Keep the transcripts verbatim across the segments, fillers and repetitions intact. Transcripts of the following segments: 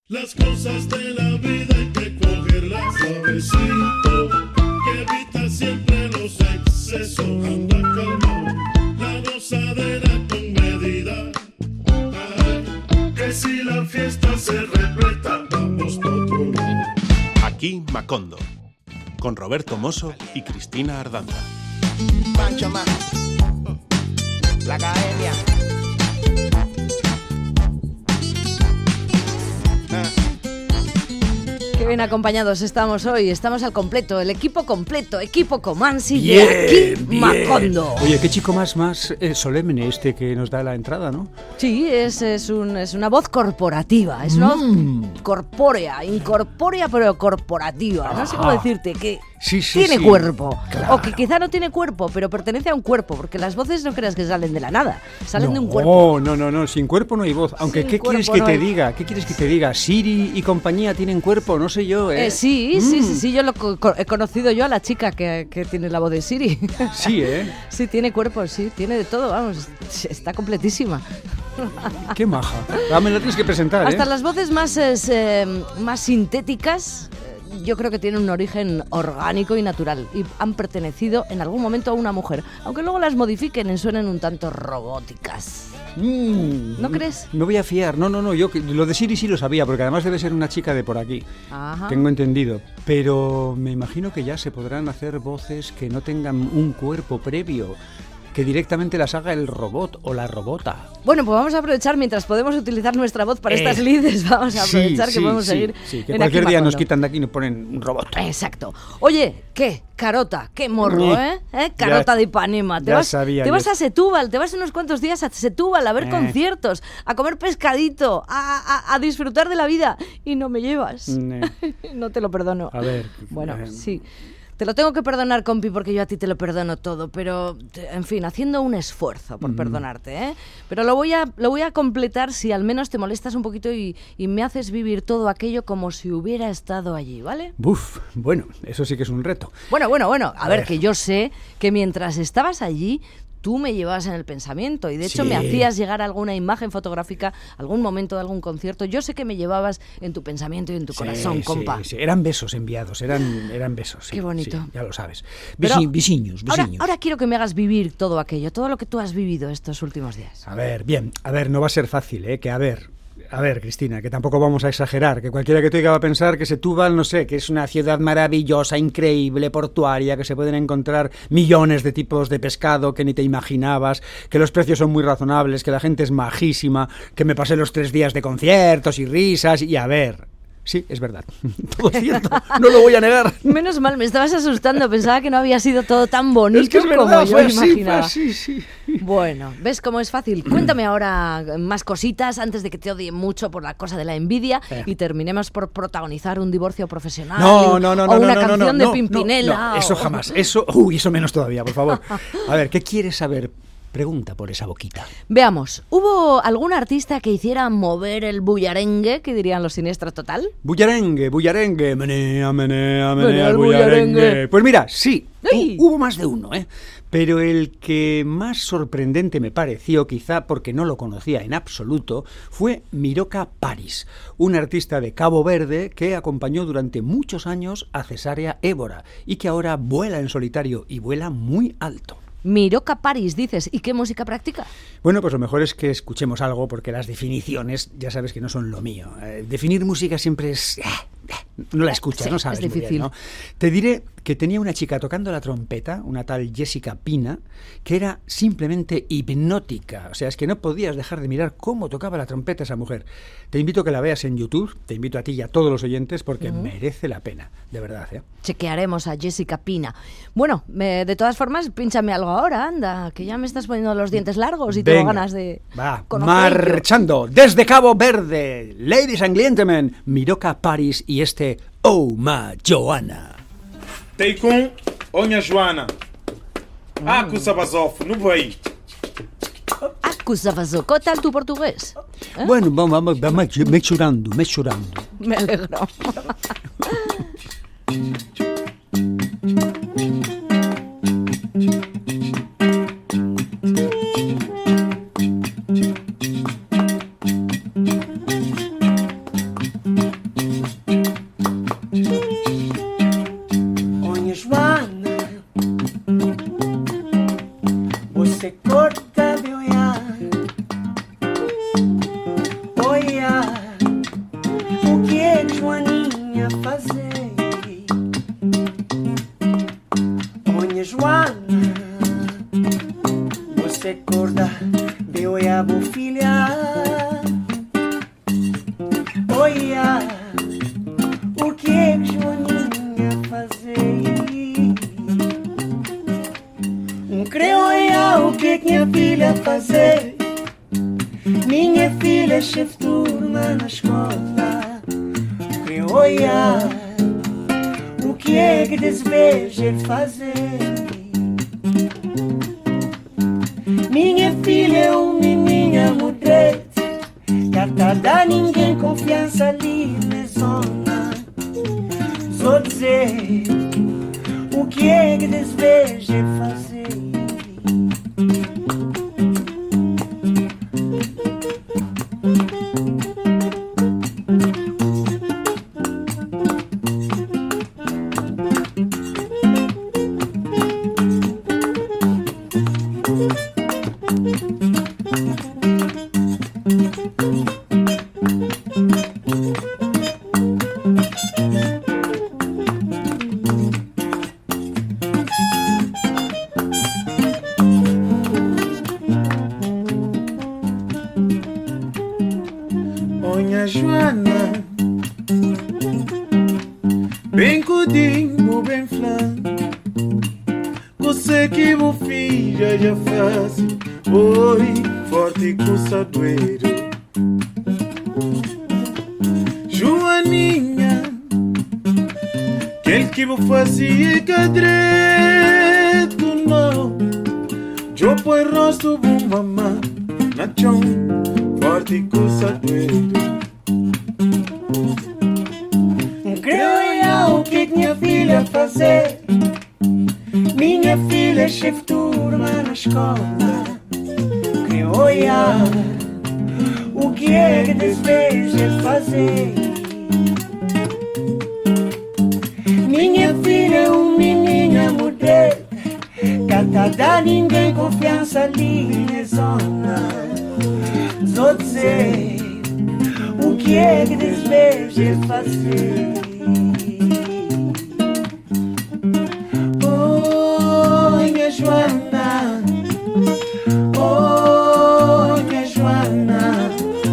Las cosas de la vida hay que cogerlas suavecito, que evita siempre los excesos, anda calmado, la gozadera con medida. Ay, que si la fiesta se repleta, vamos por otro lado. Aquí Macondo, con Roberto Mosso y Cristina Ardanza. Pancho más, la academia. Qué bien acompañados estamos hoy, estamos al completo, el equipo completo, equipo Comansi Bien, de Aquí bien. Macondo. Oye, qué chico más, más eh, solemne este que nos da la entrada, ¿no? Sí, es, es, un, es una voz corporativa, es una Mm. voz corpórea, incorpórea pero corporativa, no sé cómo Ajá. decirte, que Sí, sí, tiene sí. cuerpo, Claro. o que quizá no tiene cuerpo, pero pertenece a un cuerpo, porque las voces no creas que salen de la nada, salen no, de un cuerpo. No, no, no, sin cuerpo no hay voz. Aunque, Sin ¿qué cuerpo quieres que no te hay- diga? ¿Qué quieres que te diga? Siri y compañía tienen cuerpo, no sé yo, ¿eh? Eh, sí, sí, Mm. sí, sí, yo lo co- co- he conocido yo a la chica que, que tiene la voz de Siri. Sí, ¿eh? Sí, tiene cuerpo, sí, tiene de todo, vamos, está completísima. Qué maja. Ah, me la tienes que presentar, ¿eh? Hasta las voces más, es, eh, más sintéticas, eh, yo creo que tienen un origen orgánico y natural y han pertenecido en algún momento a una mujer, aunque luego las modifiquen y suenen un tanto robóticas. Mm, ¿No crees? Me voy a fiar. No, no, no. Yo que- lo de Siri sí lo sabía, porque además debe ser una chica de por aquí. Ajá. Tengo entendido. Pero me imagino que ya se podrán hacer voces que no tengan un cuerpo previo, que directamente las haga el robot o la robota. Bueno, pues vamos a aprovechar mientras podemos utilizar nuestra voz para Eh, estas lides, vamos a Sí, aprovechar que sí, podemos sí, seguir sí, que en cualquier Aquí día nos Macondo. quitan de aquí y nos ponen un robot. Exacto. Oye, ¿qué? Carota, qué morro, ¿eh? ¿Eh? Carota Ya- de Ipanema. Te ya vas, sabía te yo. vas a Setúbal, te vas unos cuantos días a Setúbal a ver Eh. conciertos, a comer pescadito, a, a- a disfrutar de la vida y no me llevas. Mm, No te lo perdono. A ver, Bueno, eh. sí. Te lo tengo que perdonar, compi, porque yo a ti te lo perdono todo, pero, te- en fin, haciendo un esfuerzo Mm. por perdonarte, ¿eh? Pero lo voy a, lo voy a completar si al menos te molestas un poquito y, y me haces vivir todo aquello como si hubiera estado allí, ¿vale? Buf, bueno, eso sí que es un reto. Bueno, bueno, bueno, a, A ver, ver. que yo sé que mientras estabas allí, tú me llevabas en el pensamiento y de hecho Sí. me hacías llegar alguna imagen fotográfica, algún momento de algún concierto. Yo sé que me llevabas en tu pensamiento y en tu Sí, corazón, sí, compa. sí. Eran besos enviados, eran, eran besos. sí, Qué bonito. sí, ya lo sabes. Pero Visi- Visiños, Ahora, visiños. ahora quiero que me hagas vivir todo aquello, todo lo que tú has vivido estos últimos días. A ver, bien, a ver, no va a ser fácil, ¿eh? Que a ver, a ver, Cristina, que tampoco vamos a exagerar, que cualquiera que te oiga va a pensar que Setúbal, no sé, que es una ciudad maravillosa, increíble, portuaria, que se pueden encontrar millones de tipos de pescado que ni te imaginabas, que los precios son muy razonables, que la gente es majísima, que me pasé los tres días de conciertos y risas, y a ver... Sí, es verdad. Todo es cierto. No lo voy a negar. Menos mal, me estabas asustando, pensaba que no había sido todo tan bonito Es que es como verdad, yo fue así, fue imaginaba. así, sí. Bueno, ¿ves cómo es fácil? Cuéntame ahora más cositas antes de que te odie mucho por la cosa de la envidia Eh. y terminemos por protagonizar un divorcio profesional No, no, no, o no, una no, no, canción no, de no, Pimpinela. no, no, eso o- jamás. Eso, uy, eso menos todavía, por favor. A ver, ¿qué quieres saber? Pregunta por esa boquita. Veamos, ¿hubo algún artista que hiciera mover el bullarengue, que dirían los Siniestros Total? Bullarengue, bullarengue, menea, menea, menea, Menea el el bullarengue. bullarengue. Pues mira, sí, ¡Ay! hu- hubo más de uno, ¿eh? Pero el que más sorprendente me pareció, quizá porque no lo conocía en absoluto, fue Miroca Paris, un artista de Cabo Verde que acompañó durante muchos años a Cesárea Évora y que ahora vuela en solitario y vuela muy alto. Miroca Paris, dices. ¿Y qué música practica? Bueno, pues lo mejor es que escuchemos algo porque las definiciones ya sabes que no son lo mío. Eh, definir música siempre es... No la escuchas, Sí, no sabes es muy bien, difícil. ¿no? Te diré que tenía una chica tocando la trompeta, una tal Jessica Pina, que era simplemente hipnótica. O sea, es que no podías dejar de mirar cómo tocaba la trompeta esa mujer. Te invito a que la veas en YouTube, te invito a ti y a todos los oyentes porque merece la pena, de verdad, ¿eh? Chequearemos a Jessica Pina. Bueno, me- de todas formas, pínchame algo ahora, anda, que ya me estás poniendo los dientes largos y tengo Venga, ganas de va, conocer ello. marchando desde Cabo Verde, ladies and gentlemen, Miroca Paris y este Oh Ma Joana. Teikun, Onya Joana. Ah, Kusabazov, no voy. Acusavazo, ¿qué tal tu portugués? ¿Eh? Bueno, vamos, vamos, vamos mechurando, mechurando. Me alegro. Olha, Joana, você corta meu olhar. Olha, o que é que Joaninha fazer? Olha, Joana, você corta meu olhar, vou filha. Olha, o que é que Joaninha fazer? Não creio olhar o que é que minha filha fazer. Minha filha é chefe turma na escola. Não creio olhar o que é que deseja fazer. Minha filha é uma menina mudrete, catada, ninguém confiança ali na zona. Só dizer o que é que deseja fazer. Olha, Joana, bem cudinho, bem flan. Você que vou filha já faz. Oi, forte coçadoeiro. Joaninha, aquele que vou fazer cadreto, não. Eu põe rosto bom mamá na chão, forte coçadoeiro. Creia o que minha filha fazer. Minha filha é chefe turma na escola. Creia o que é que deseja fazer. Minha filha é uma menina mudreta, catada, ninguém confiança ali na zona. Só dizer o que é que deseja fazer. Oh, minha Joana, oh, minha Joana,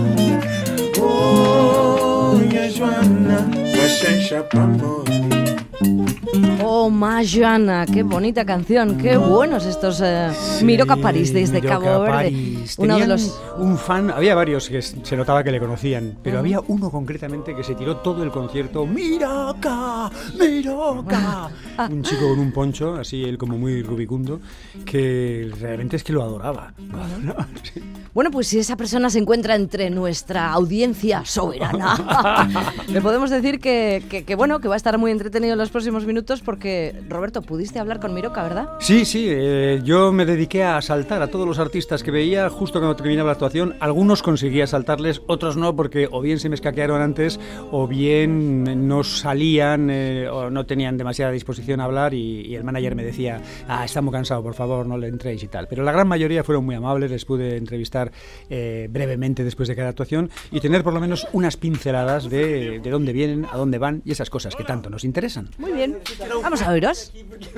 Oh, minha Joana, vai chanchar pra amor. Oh, Majana, qué bonita canción, qué buenos estos eh, Sí, Miroca París desde Miroca Cabo Verde. París. Uno de Tenían los un fan, había varios que se notaba que le conocían, pero había uno concretamente que se tiró todo el concierto. ¡Miroca! ¡Miroca! Un chico con un poncho, así él como muy rubicundo, que realmente es que lo adoraba. ¿No? Sí. Bueno, pues si esa persona se encuentra entre nuestra audiencia soberana, le podemos decir que, que, que, bueno, que va a estar muy entretenido en los próximos minutos porque, Roberto, pudiste hablar con Miroca, ¿verdad? Sí, sí, eh, yo me dediqué a asaltar a todos los artistas que veía justo cuando terminaba la actuación. Algunos conseguí asaltarles, otros no, porque o bien se me escaquearon antes o bien no salían eh, o no tenían demasiada disposición a hablar y, y el manager me decía, ah, está muy cansado, por favor, no le entréis y tal. Pero la gran mayoría fueron muy amables, les pude entrevistar eh, brevemente después de cada actuación y tener por lo menos unas pinceladas de, de dónde vienen, a dónde van y esas cosas que tanto nos interesan. Muy bien, vamos a oíros.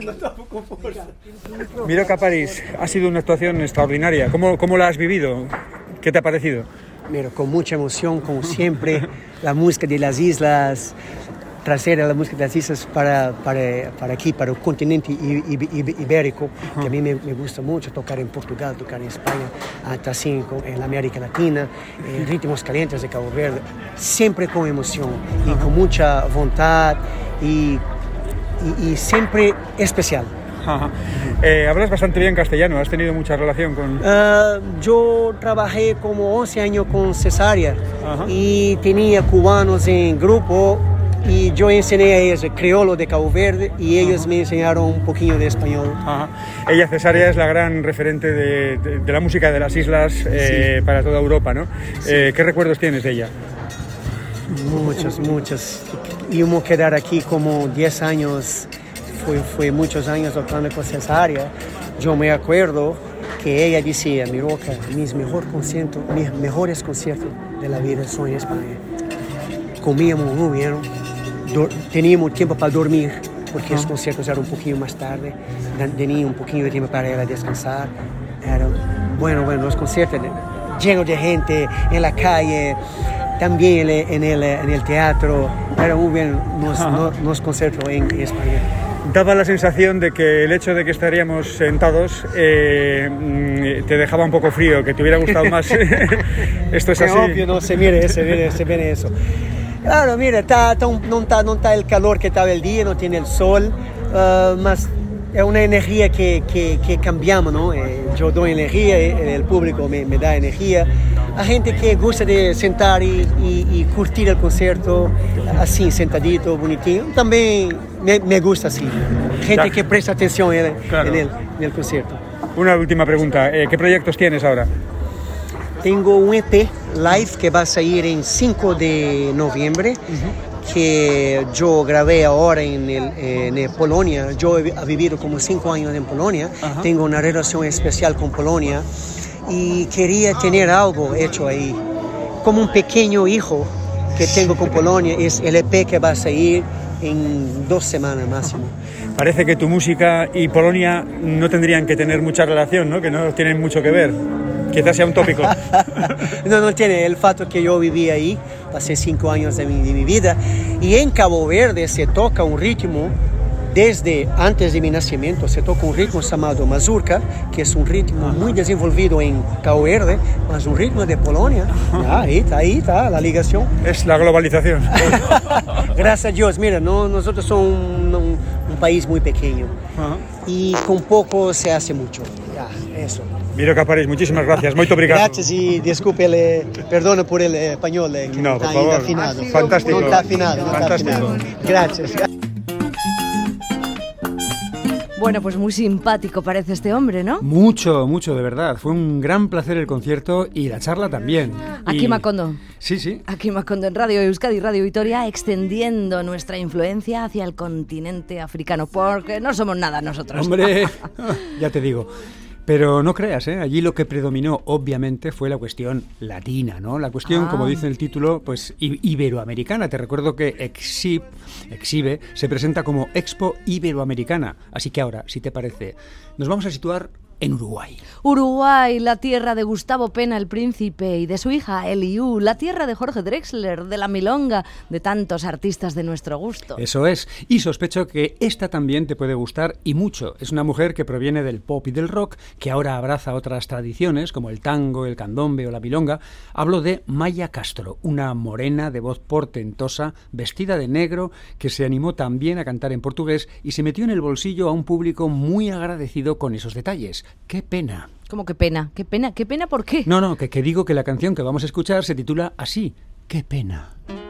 Miroca París, ha sido una actuación extraordinaria. ¿Cómo, cómo la has vivido? ¿Qué te ha parecido? Mira, con mucha emoción, como siempre, la música de las islas, traer la música de las islas para, para, para aquí, para el continente ibérico, uh-huh. que a mí me, me gusta mucho tocar en Portugal, tocar en España, hasta así en la América Latina, en ritmos calientes de Cabo Verde, siempre con emoción uh-huh. y con mucha voluntad y, y, y siempre especial. Ajá. Eh, hablas bastante bien castellano, ¿has tenido mucha relación con...? Uh, yo trabajé como once años con Cesárea uh-huh. y tenía cubanos en grupo y yo enseñé a ellos el criollo de Cabo Verde y ellos uh-huh. me enseñaron un poquillo de español. Uh-huh. Ella, Cesárea, es la gran referente de, de, de la música de las islas eh, sí. para toda Europa, ¿no? Sí. Eh, ¿Qué recuerdos tienes de ella? Muchos, muchos. Y uno quedar aquí como diez años, fue, fue muchos años tocando con cesárea. Yo me acuerdo que ella decía, mi Roca, mis, mejor conciertos, mis mejores conciertos de la vida son en España. Comíamos muy bien, do, teníamos tiempo para dormir, porque uh-huh. los conciertos eran un poquito más tarde, tenía un poquito de tiempo para ir a descansar. Era, bueno, bueno, los conciertos llenos de gente en la calle, también en el, en el teatro, era muy bien los, los, los conciertos en España. Daba la sensación de que el hecho de que estaríamos sentados eh, te dejaba un poco frío, que te hubiera gustado más. Esto es así. Obvio, no se mire, se viene, se viene eso. Claro, mira, tá, tá, no está no tá el calor que estaba el día, no tiene el sol, uh, más es una energía que, que, que cambiamos, ¿no? Eh, yo doy energía, el público me, me da energía. Hay gente que gusta de sentar y, y, y curtir el concierto así, sentadito, bonitito. También me, me gusta así. Gente que presta atención en, claro. en, el, en el concierto. Una última pregunta. Eh, ¿Qué proyectos tienes ahora? Tengo un E P live que va a salir en cinco de noviembre. Uh-huh. Que yo grabé ahora en, el, en el Polonia. Yo he vivido como cinco años en Polonia. Uh-huh. Tengo una relación especial con Polonia y quería tener algo hecho ahí. Como un pequeño hijo que tengo con Polonia, es el E P que va a salir en dos semanas máximo. Parece que tu música y Polonia no tendrían que tener mucha relación, ¿no? Que no tienen mucho que ver. Quizás sea un tópico. No, no tiene. El fato que yo viví ahí, pasé cinco años de mi, de mi vida, y en Cabo Verde se toca un ritmo, desde antes de mi nacimiento, se toca un ritmo llamado mazurka, que es un ritmo muy desenvolvido en Cabo Verde, mas un ritmo de Polonia. Ah, ahí está, ahí está la ligación. Es la globalización. Gracias a Dios. Mira, no, nosotros somos un, un, un país muy pequeño, uh-huh. y con poco se hace mucho. Ya, eso. Miro Caparís, muchísimas gracias, muy obrigado. Gracias y disculpe, perdone por el español, eh, que no, no por está favor. afinado. Fantástico. No está afinado, no Fantástico. Está afinado. Gracias. Bueno, pues muy simpático parece este hombre, ¿no? Mucho, mucho, de verdad. Fue un gran placer el concierto y la charla también. Aquí y... Macondo. Sí, sí. Aquí Macondo en Radio Euskadi, Radio Vitoria, extendiendo nuestra influencia hacia el continente africano, porque no somos nada nosotros. Hombre, ya te digo. Pero no creas, ¿eh? Allí lo que predominó, obviamente, fue la cuestión latina, ¿no? La cuestión, ah. como dice el título, pues iberoamericana. Te recuerdo que Exhib, Exhibe se presenta como Expo Iberoamericana. Así que ahora, si te parece, nos vamos a situar en Uruguay. Uruguay, la tierra de Gustavo Pena el Príncipe y de su hija Eliú, la tierra de Jorge Drexler, de la milonga, de tantos artistas de nuestro gusto. Eso es, y sospecho que esta también te puede gustar y mucho. Es una mujer que proviene del pop y del rock, que ahora abraza otras tradiciones como el tango, el candombe o la milonga. Hablo de Maya Castro, una morena de voz portentosa, vestida de negro, que se animó también a cantar en portugués y se metió en el bolsillo a un público muy agradecido con esos detalles. ¡Qué pena! ¿Cómo qué pena? ¿Qué pena? ¿Qué pena por qué? No, no, que, que digo que la canción que vamos a escuchar se titula así, ¡Qué pena!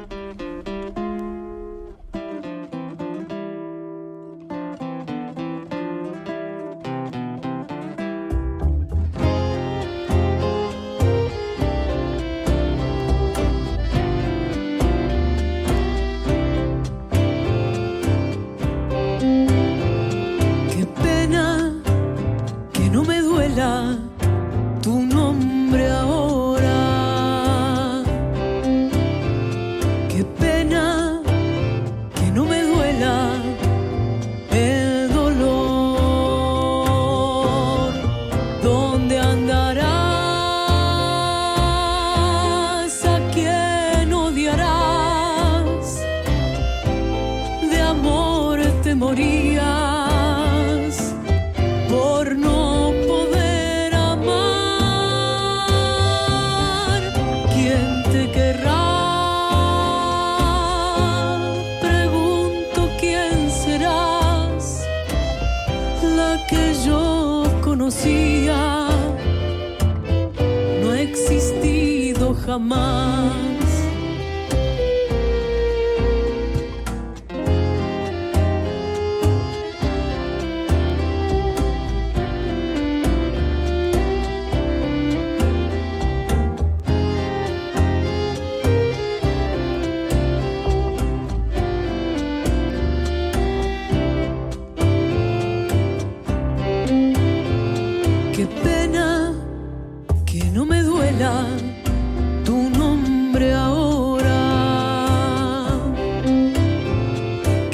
Jamás.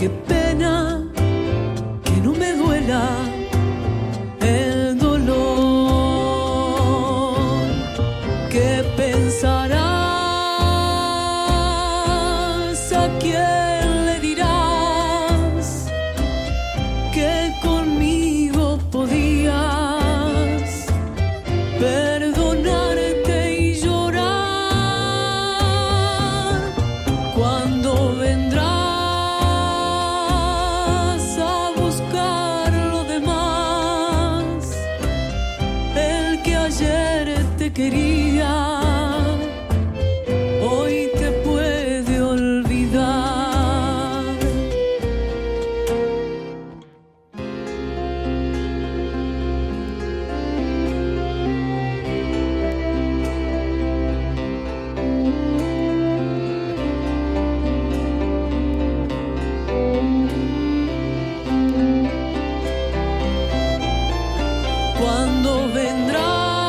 Qué pena que no me duela el dolor. ¿Qué pensarás? ¿A quién le dirás que conmigo podías perdonarte y llorar cuando vendrás a buscar lo demás? El que ayer te quería hoy te puede olvidar. Cuando vendrás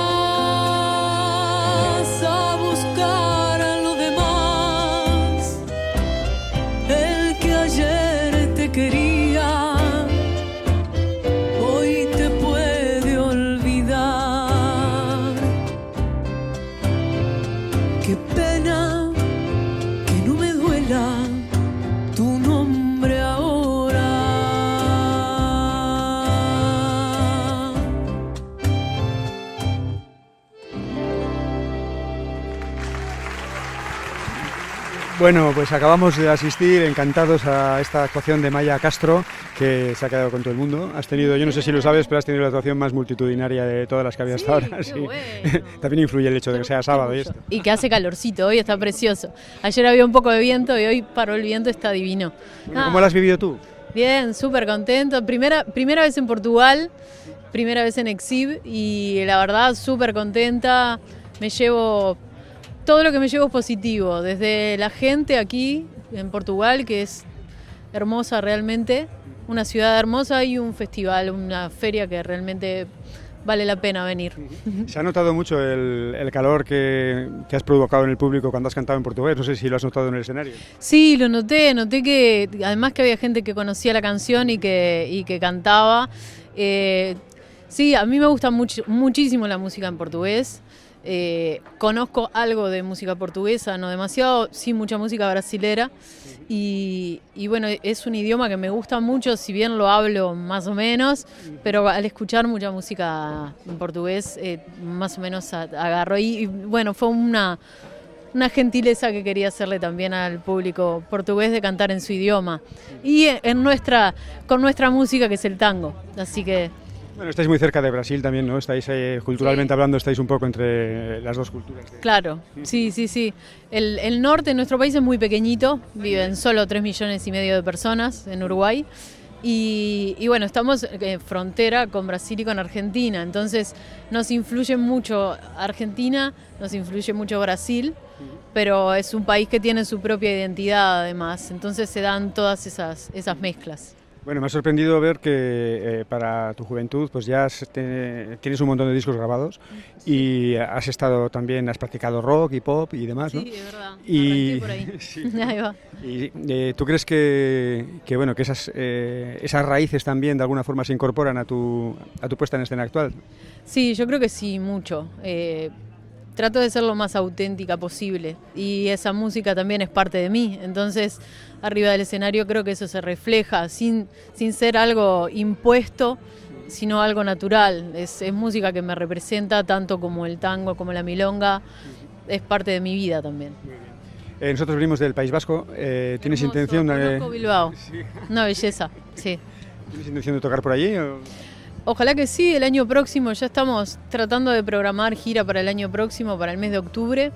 a buscar a lo demás, el que ayer te quería hoy te puede olvidar. Qué pena que no me duela tu nombre ahora. Bueno, pues acabamos de asistir encantados a esta actuación de Maya Castro, que se ha quedado con todo el mundo. Has tenido, yo no sé si lo sabes, pero has tenido la actuación más multitudinaria de todas las que había hasta ahora. Sí. Bueno. También influye el hecho de que sea sábado y esto. Y que hace calorcito, hoy está precioso. Ayer había un poco de viento y hoy paró el viento, está divino. Bueno, ¿cómo lo has vivido tú? Bien, súper contento. Primera, primera vez en Portugal, primera vez en Exhib y la verdad súper contenta. Me llevo, todo lo que me llevo es positivo, desde la gente aquí en Portugal, que es hermosa realmente, una ciudad hermosa y un festival, una feria que realmente vale la pena venir. Se ha notado mucho el, el calor que, que has provocado en el público cuando has cantado en portugués, no sé si lo has notado en el escenario. Sí, lo noté, noté que además que había gente que conocía la canción y que, y que cantaba. Eh, sí, a mí me gusta much, muchísimo la música en portugués. Eh, conozco algo de música portuguesa, no demasiado, sí mucha música brasilera y, y bueno, es un idioma que me gusta mucho, si bien lo hablo más o menos, pero al escuchar mucha música en portugués eh, más o menos agarro y, y bueno, fue una, una gentileza que quería hacerle también al público portugués de cantar en su idioma y en nuestra, con nuestra música que es el tango, así que... Bueno, estáis muy cerca de Brasil también, ¿no? Estáis eh, culturalmente sí. hablando, estáis un poco entre las dos culturas. ¿Sí? Claro, sí, sí, sí. El, el norte de nuestro país es muy pequeñito, viven solo tres millones y medio de personas en Uruguay. Y, y bueno, estamos en frontera con Brasil y con Argentina, entonces nos influye mucho Argentina, nos influye mucho Brasil, pero es un país que tiene su propia identidad además, entonces se dan todas esas, esas mezclas. Bueno, me ha sorprendido ver que eh, para tu juventud pues ya te, tienes un montón de discos grabados y has estado también, has practicado rock y pop y demás, ¿no? Sí, de verdad, y, por ahí. Sí. Ahí va. Y eh, ¿tú crees que, que, bueno, que esas, eh, esas raíces también de alguna forma se incorporan a tu, a tu puesta en escena actual? Sí, yo creo que sí, mucho. Eh, trato de ser lo más auténtica posible y esa música también es parte de mí, entonces arriba del escenario creo que eso se refleja sin, sin ser algo impuesto, sino algo natural. Es, es música que me representa tanto como el tango, como la milonga, es parte de mi vida también. Eh, nosotros venimos del País Vasco, eh, ¿tienes Hermoso, intención de...? Conozco Bilbao, sí. Una belleza, sí. ¿Tienes intención de tocar por allí? O... Ojalá que sí, el año próximo, ya estamos tratando de programar gira para el año próximo, para el mes de octubre,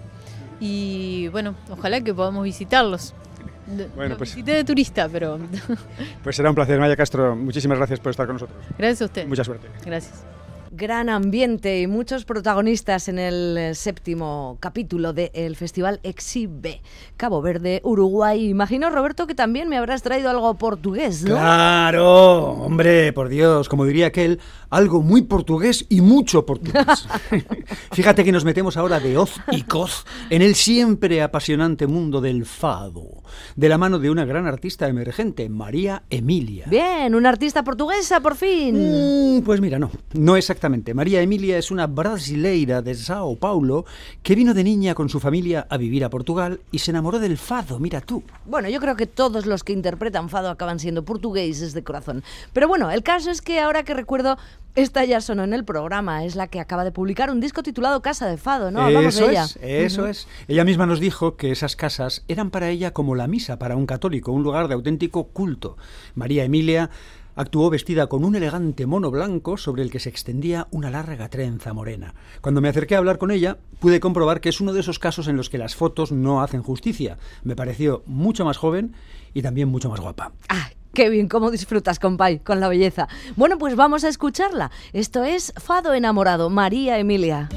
y bueno, ojalá que podamos visitarlos. Bueno, Lo pues, visité de turista, pero... Pues será un placer, Maya Castro, muchísimas gracias por estar con nosotros. Gracias a usted. Mucha suerte. Gracias. Gran ambiente y muchos protagonistas en el eh, séptimo capítulo del Festival Exhibe. Cabo Verde, Uruguay. Imagino, Roberto, que también me habrás traído algo portugués, ¿no? ¡Claro! Hombre, por Dios, como diría aquel, algo muy portugués y mucho portugués. Fíjate que nos metemos ahora de hoz y coz en el siempre apasionante mundo del fado, de la mano de una gran artista emergente, María Emilia. Bien, una artista portuguesa, por fin. Mm, pues mira, no, no exactamente. María Emilia es una brasileira de Sao Paulo que vino de niña con su familia a vivir a Portugal y se enamoró del fado, mira tú. Bueno, yo creo que todos los que interpretan fado acaban siendo portugueses de corazón. Pero bueno, el caso es que ahora que recuerdo, esta ya sonó en el programa, es la que acaba de publicar un disco titulado Casa de Fado, ¿no? Hablamos Eso de ella. es, eso uh-huh. es. Ella misma nos dijo que esas casas eran para ella como la misa para un católico, un lugar de auténtico culto. María Emilia actuó vestida con un elegante mono blanco sobre el que se extendía una larga trenza morena. Cuando me acerqué a hablar con ella, pude comprobar que es uno de esos casos en los que las fotos no hacen justicia. Me pareció mucho más joven y también mucho más guapa. ¡Ah! ¡Qué bien! ¿Cómo disfrutas, compay, con la belleza? Bueno, pues vamos a escucharla. Esto es Fado Enamorado, María Emilia.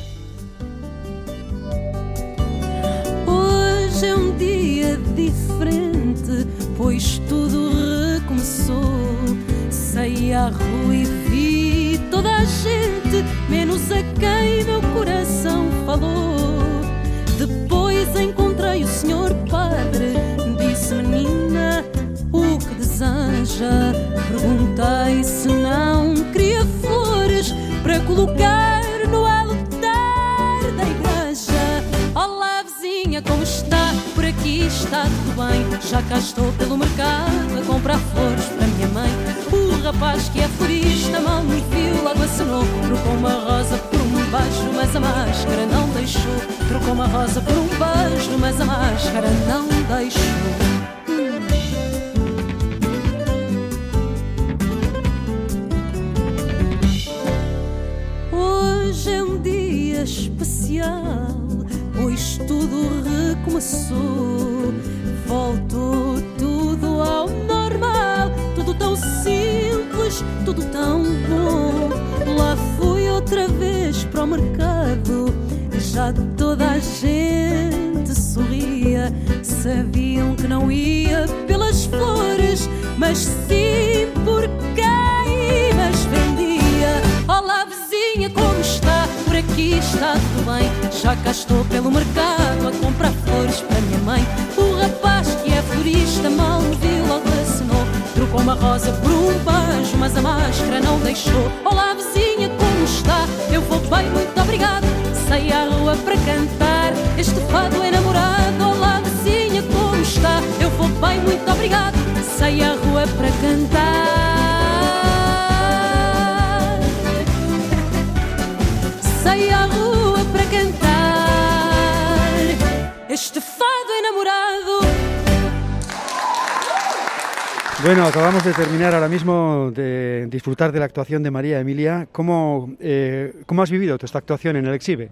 Hoje é um dia diferente, pois tudo recomeçou. Saí à rua e vi toda a gente, menos a quem meu coração falou. Depois encontrei o senhor padre, disse menina, o que deseja? Perguntei se não queria flores para colocar no altar da igreja. Olá vizinha, como está? Por aqui está tudo bem. Já cá estou pelo mercado a comprar flores para minha mãe. O rapaz que é florista mal me viu, logo acenou. Trocou uma rosa por um beijo, mas a máscara não deixou. Trocou uma rosa por um beijo, mas a máscara não deixou. Hoje é um dia especial, pois tudo recomeçou. Voltou tudo ao normal, tudo tão simples, tudo tão bom. Lá fui outra vez para o mercado, já toda a gente sorria. Sabiam que não ia pelas flores, mas sim por quem mais vendia. Olá vizinha, como está? Por aqui está tudo bem. Já cá estou pelo mercado a comprar flores para minha mãe. O rapaz que é florista mal me viu, logo acenou. Trocou uma rosa por um beijo, mas a máscara não deixou. Olá vizinha, como está? Eu vou bem, muito obrigado. Saí à rua para cantar este fado enamorado. Olá vizinha, como está? Eu vou bem, muito obrigado. Saí à rua para cantar Saí à rua para cantar este fado enamorado. Bueno, acabamos de terminar ahora mismo de disfrutar de la actuación de María Emilia. ¿Cómo, eh, ¿cómo has vivido esta actuación en el Exhibe?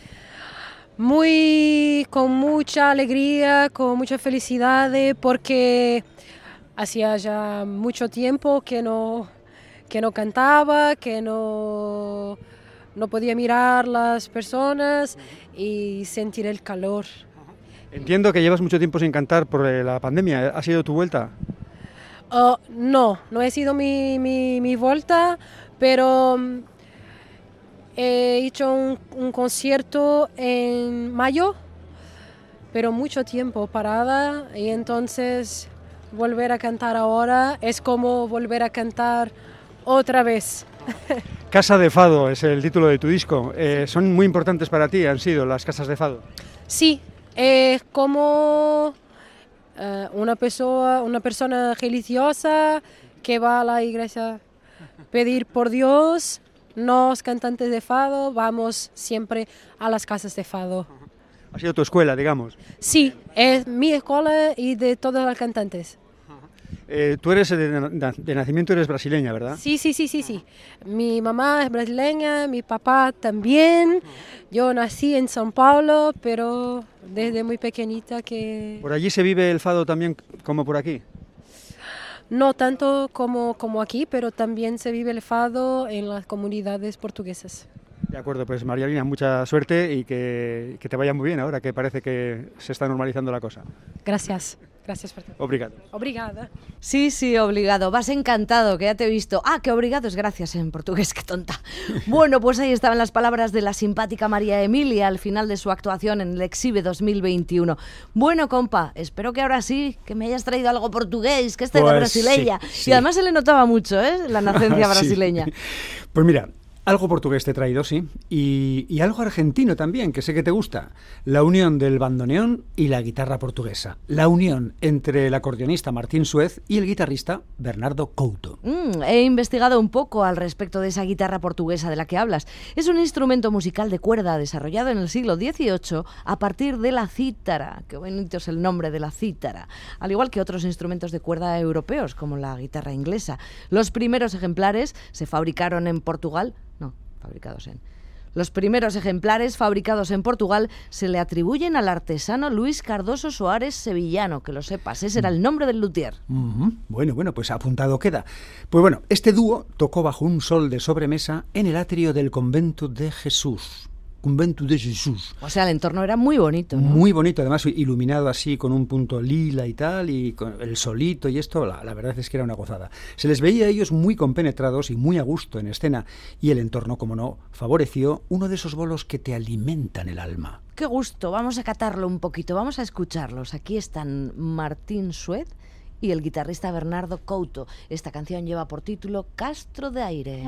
Muy, con mucha alegría, con mucha felicidad, porque hacía ya mucho tiempo que no, que no cantaba, que no... no podía mirar las personas y sentir el calor. Entiendo que llevas mucho tiempo sin cantar por la pandemia. ¿Ha sido tu vuelta? Uh, no, no ha sido mi, mi, mi vuelta, pero um, he hecho un, un concierto en mayo, pero mucho tiempo parada, y entonces volver a cantar ahora es como volver a cantar otra vez. Casa de Fado es el título de tu disco. Eh, ¿Son muy importantes para ti, han sido las casas de Fado? Sí, es como uh, una, persona, una persona religiosa que va a la iglesia a pedir por Dios. Los cantantes de Fado vamos siempre a las casas de Fado. ¿Ha sido tu escuela, digamos? Sí, es mi escuela y de todos los cantantes. Eh, tú eres de, de nacimiento, eres brasileña, ¿verdad? Sí, sí, sí, sí, sí. Mi mamá es brasileña, mi papá también. Yo nací en São Paulo, pero desde muy pequeñita que... ¿Por allí se vive el fado también como por aquí? no tanto como, como aquí, pero también se vive el fado en las comunidades portuguesas. De acuerdo, pues María Lina, mucha suerte y que, que te vaya muy bien ahora, que parece que se está normalizando la cosa. Gracias. Gracias por todo. Obrigado. Obrigada. Sí, sí, obligado. Vas encantado, que ya te he visto. Ah, que obrigado es gracias en portugués, qué tonta. Bueno, pues ahí estaban las palabras de la simpática María Emilia al final de su actuación en el Exhibe dos mil veintiuno. Bueno, compa, espero que ahora sí, que me hayas traído algo portugués, que esté pues de brasileña. Sí, sí. Y además se le notaba mucho, ¿eh? La nacencia brasileña. Sí. Pues mira, algo portugués te he traído, sí, y, y algo argentino también, que sé que te gusta. La unión del bandoneón y la guitarra portuguesa. La unión entre el acordeonista Martín Suez y el guitarrista Bernardo Couto. Mm, he investigado un poco al respecto de esa guitarra portuguesa de la que hablas. Es un instrumento musical de cuerda desarrollado en el siglo dieciocho a partir de la cítara. Qué bonito es el nombre de la cítara. Al igual que otros instrumentos de cuerda europeos, como la guitarra inglesa. Los primeros ejemplares se fabricaron en Portugal. No, fabricados en... Los primeros ejemplares fabricados en Portugal se le atribuyen al artesano Luis Cardoso Soares Sevillano, que lo sepas, ese era el nombre del luthier. Uh-huh. Bueno, bueno, pues apuntado queda. Pues bueno, este dúo tocó bajo un sol de sobremesa en el atrio del convento de Jesús. Convento de Jesús. O sea, el entorno era muy bonito, ¿no? Muy bonito, además iluminado así con un punto lila y tal, y con el solito y esto, la, la verdad es que era una gozada. Se les veía a ellos muy compenetrados y muy a gusto en escena, y el entorno, como no, favoreció uno de esos bolos que te alimentan el alma. ¡Qué gusto! Vamos a catarlo un poquito, vamos a escucharlos. Aquí están Martín Suez y el guitarrista Bernardo Couto. Esta canción lleva por título Castro de Aire.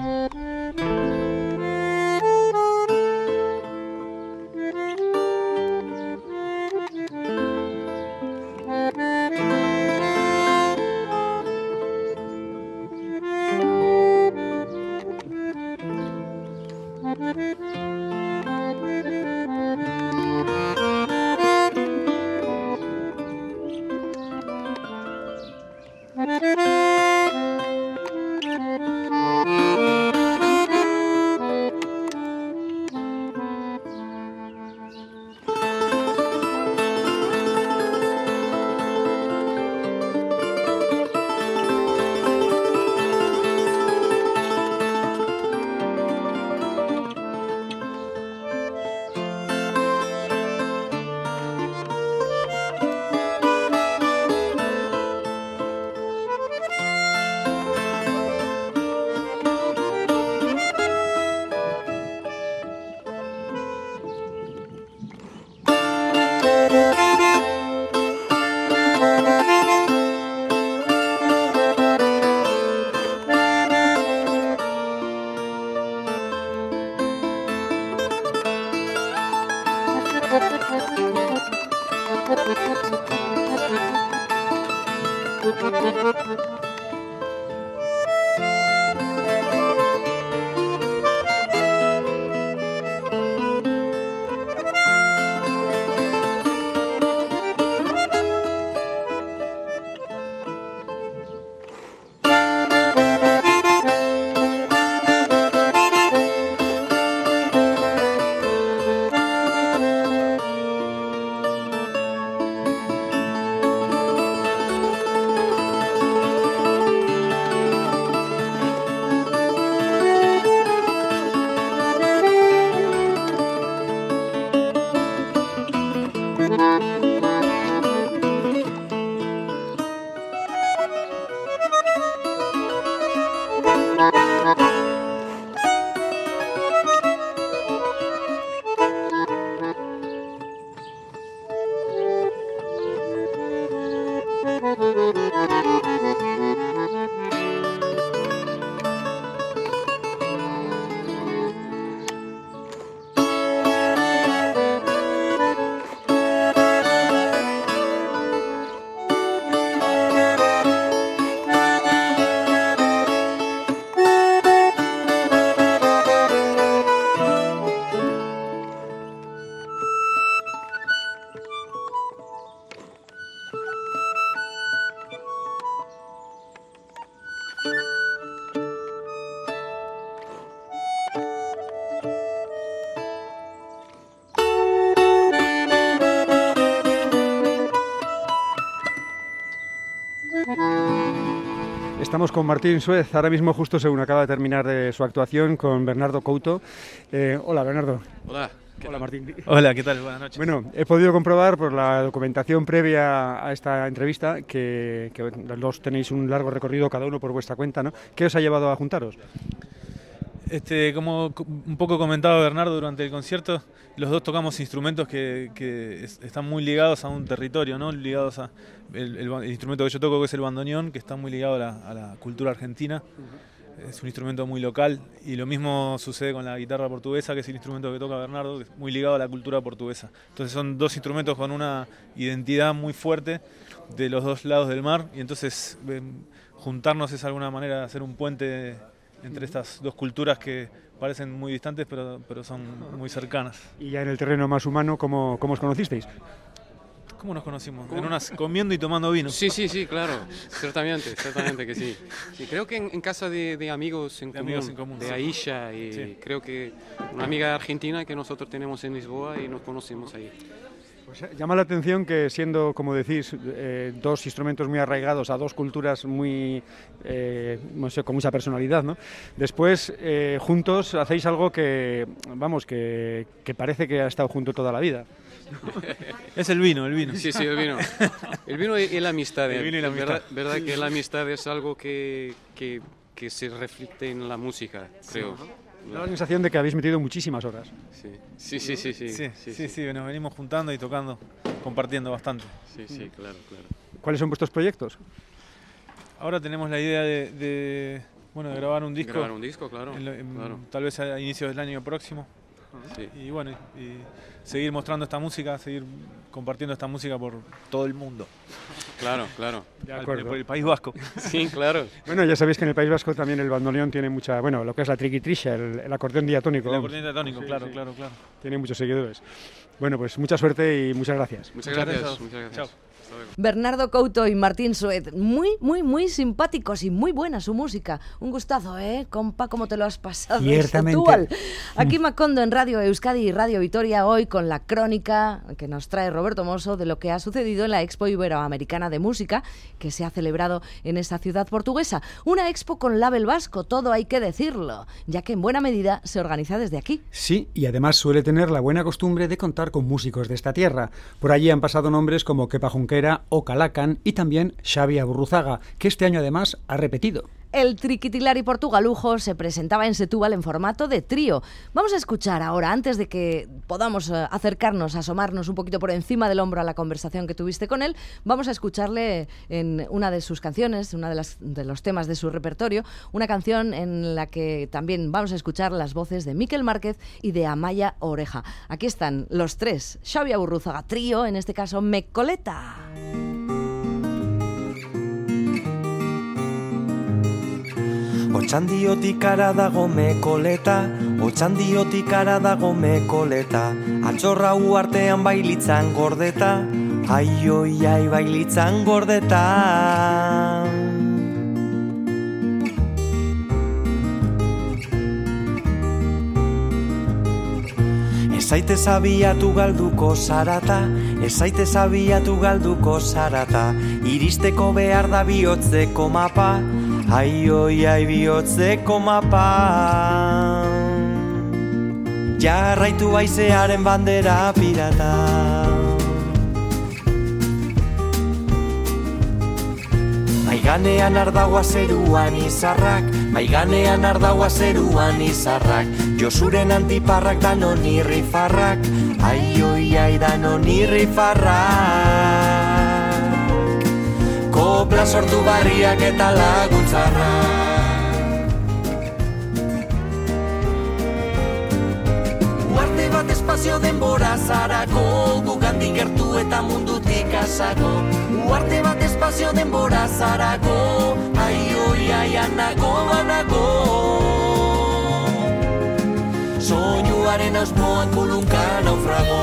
Estamos con Martín Suez, ahora mismo justo según acaba de terminar de su actuación con Bernardo Couto. Eh, hola, Bernardo. Hola. Hola, Martín. Hola, ¿qué tal? Buenas noches. Bueno, he podido comprobar por la documentación previa a esta entrevista que, que los dos tenéis un largo recorrido cada uno por vuestra cuenta, ¿no? ¿Qué os ha llevado a juntaros? Este, como un poco comentaba Bernardo durante el concierto, los dos tocamos instrumentos que, que es, están muy ligados a un territorio, ¿no? Ligados a el, el, el instrumento que yo toco, que es el bandoneón, que está muy ligado a la, a la cultura argentina. Uh-huh. Es un instrumento muy local, y lo mismo sucede con la guitarra portuguesa, que es el instrumento que toca Bernardo, que es muy ligado a la cultura portuguesa. Entonces son dos instrumentos con una identidad muy fuerte de los dos lados del mar, y entonces eh, juntarnos es alguna manera de hacer un puente entre estas dos culturas que parecen muy distantes, pero, pero son muy cercanas. Y ya en el terreno más humano, ¿cómo, cómo os conocisteis? ¿Cómo nos conocimos? ¿Cómo? En unas, comiendo y tomando vino. Sí, sí, sí, claro, ciertamente, ciertamente que sí. Sí, creo que en, en casa de, de amigos en de común, amigos en común de sí. Aisha, y sí. Creo que una amiga argentina que nosotros tenemos en Lisboa y nos conocimos ahí. Pues llama la atención que, siendo, como decís, eh, dos instrumentos muy arraigados a dos culturas muy, eh, no sé, con mucha personalidad, ¿no? Después, eh, juntos, hacéis algo que, vamos, que, que parece que ha estado junto toda la vida. Es el vino, el vino. Sí, sí, el vino. El vino y, y la amistad. El vino y la amistad. Verdad, verdad que la amistad es algo que, que, que se refleja en la música, creo. Sí. Da la sensación de que habéis metido muchísimas horas. Sí, sí, sí, sí. Sí, sí, sí, sí, sí, sí, nos venimos juntando y tocando, compartiendo bastante. Sí, sí, claro, claro. ¿Cuáles son vuestros proyectos? Ahora tenemos la idea de, de, bueno, de grabar un disco. Grabar un disco, claro. En, en, claro. Tal vez a inicios del año próximo. Sí. Y bueno, y seguir mostrando esta música, seguir compartiendo esta música por todo el mundo. Claro, claro. De acuerdo. Por el País Vasco. Sí, claro. Bueno, ya sabéis que en el País Vasco también el bandoneón tiene mucha, bueno, lo que es la triquitrisha, el, el acordeón diatónico. El acordeón diatónico, sí, claro, sí. claro, claro. Tiene muchos seguidores. Bueno, pues mucha suerte y muchas gracias. Muchas, muchas gracias. gracias. Muchas gracias. Chao. Bernardo Couto y Martín Suez, muy, muy, muy simpáticos y muy buena su música. Un gustazo, ¿eh? Compa, ¿cómo te lo has pasado? Ciertamente. Aquí Macondo en Radio Euskadi y Radio Vitoria, hoy con la crónica que nos trae Roberto Mosso de lo que ha sucedido en la Expo Iberoamericana de Música, que se ha celebrado en esa ciudad portuguesa. Una expo con label vasco, todo hay que decirlo, ya que en buena medida se organiza desde aquí. Sí, y además suele tener la buena costumbre de contar con músicos de esta tierra. Por allí han pasado nombres como Kepa Junquera o Calacan y también Xavi Aburruzaga, que este año además ha repetido. El Triquitilari Portugalujo se presentaba en Setúbal en formato de trío. Vamos a escuchar ahora, antes de que podamos acercarnos, asomarnos un poquito por encima del hombro a la conversación que tuviste con él, vamos a escucharle en una de sus canciones, una de, las, de los temas de su repertorio, una canción en la que también vamos a escuchar las voces de Miquel Márquez y de Amaya Oreja. Aquí están los tres, Xavi Aburruzaga trío, en este caso Mecoleta. Otxandiotik ara dago mekoleta, otxandiotik ara dago mekoleta, atxorra uartean bailitzan gordeta, ai oi ai bailitzan gordeta. Ezaite zabiatu galduko zarata, ezaite zabiatu galduko zarata, iristeko behar da bihotzeko mapa, ai oi ai bihotzeko mapa. Jarraitu haizearen bandera pirata. Maiganean ardagoa zeruan izarrak, maiganean ardagoa zeruan izarrak, Josuren antiparrak danon irrifarrak, ai oi ai danon irrifarrak. Kopla sortu barriak eta laguntzarrak. Uarte bat espazio denbora zarako, gugandik gertu eta mundutik asako. Uarte bat espazio denbora zarako, ai oi ai anago anago. Soinuaren auspoan kulunka naufrago.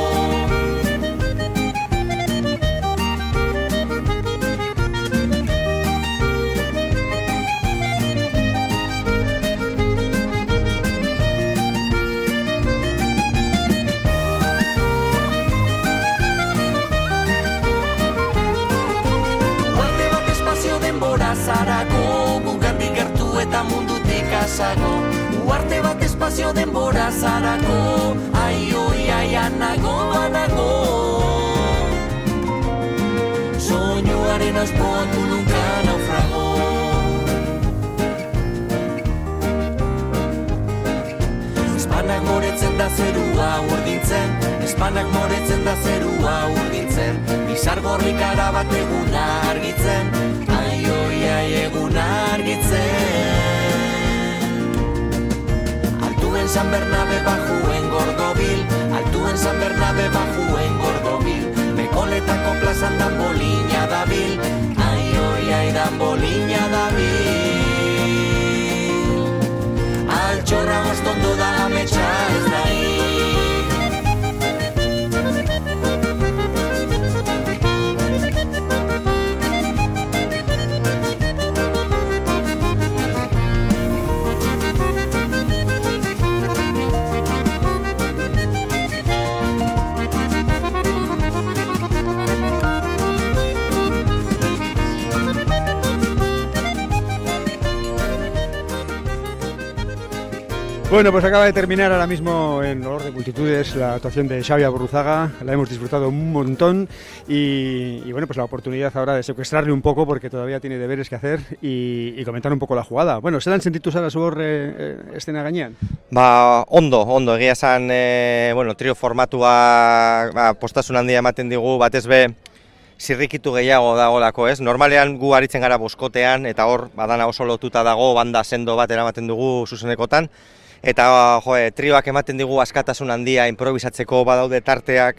Uarte bat espazio denbora zarako, kasago, uarte bat espazio denbora zarako, ai oi ai anago banago. Soinuaren aspoan tulunka naufrago. Espanak moretzen da zerua urdintzen, espanak moretzen da zerua urdintzen, bizar gorrikara bat eguna argitzen, ai oi ai eguna argitzen. Altuen San Bernabe bajuen Gordobil, altuen San Bernabe bajuen Gordobil, Mekoletako plazan dan bolina dabil, ai oi ai dan bolina dabil. Altxorra goztondo da ametsa ez nahi. Bueno, pues acaba de terminar ahora mismo en Olor de Multitudes la actuación de Xavi Aburruzaga, la hemos disfrutado un montón y, y bueno, pues la oportunidad ahora de secuestrarle un poco porque todavía tiene deberes que hacer y, y comentar un poco la jugada. Bueno, zelan sentitu zara zu hor eh, estena gainean? Ba, ondo, ondo, egia esan, eh, bueno, trio formatua ba, postasun handia ematen digu, batez be, zirrikitu gehiago dagolako, ez? Normalean gu aritzen gara boskotean eta hor badana oso lotuta dago, banda sendo bat eramaten dugu zuzenekotan. Eta jo, trioak ematen digu askatasun handia improvisatzeko, badaude tarteak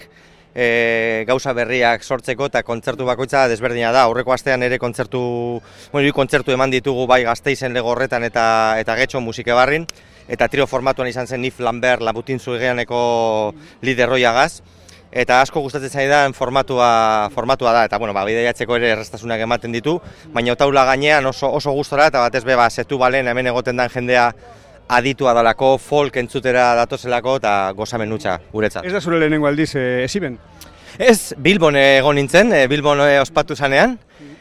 e, gauza berriak sortzeko eta kontzertu bakoitza desberdina da. Aurreko astean ere kontzertu, bueno, kontzertu eman ditugu bai Gasteizen lego horretan eta eta Getxo musikebarrin, eta trio formatuan izan zen Nif Lambert Labutintzu egeaneko liderroiagaz. Eta asko gustatzen zaidan formatua, formatua da, eta bueno, ba, bideiatzeko ere erraztasunak ematen ditu, baina taula gainean oso, oso gustora eta batez be, ba, setu balen hemen egoten den jendea aditua dalako, folk entzutera datozelako eta gozamen hutsa guretzat. Ez da zure lehenengo aldiz eh, esiben? Ez, Bilbon egon nintzen, eh, Bilbon eh, ospatu zanean,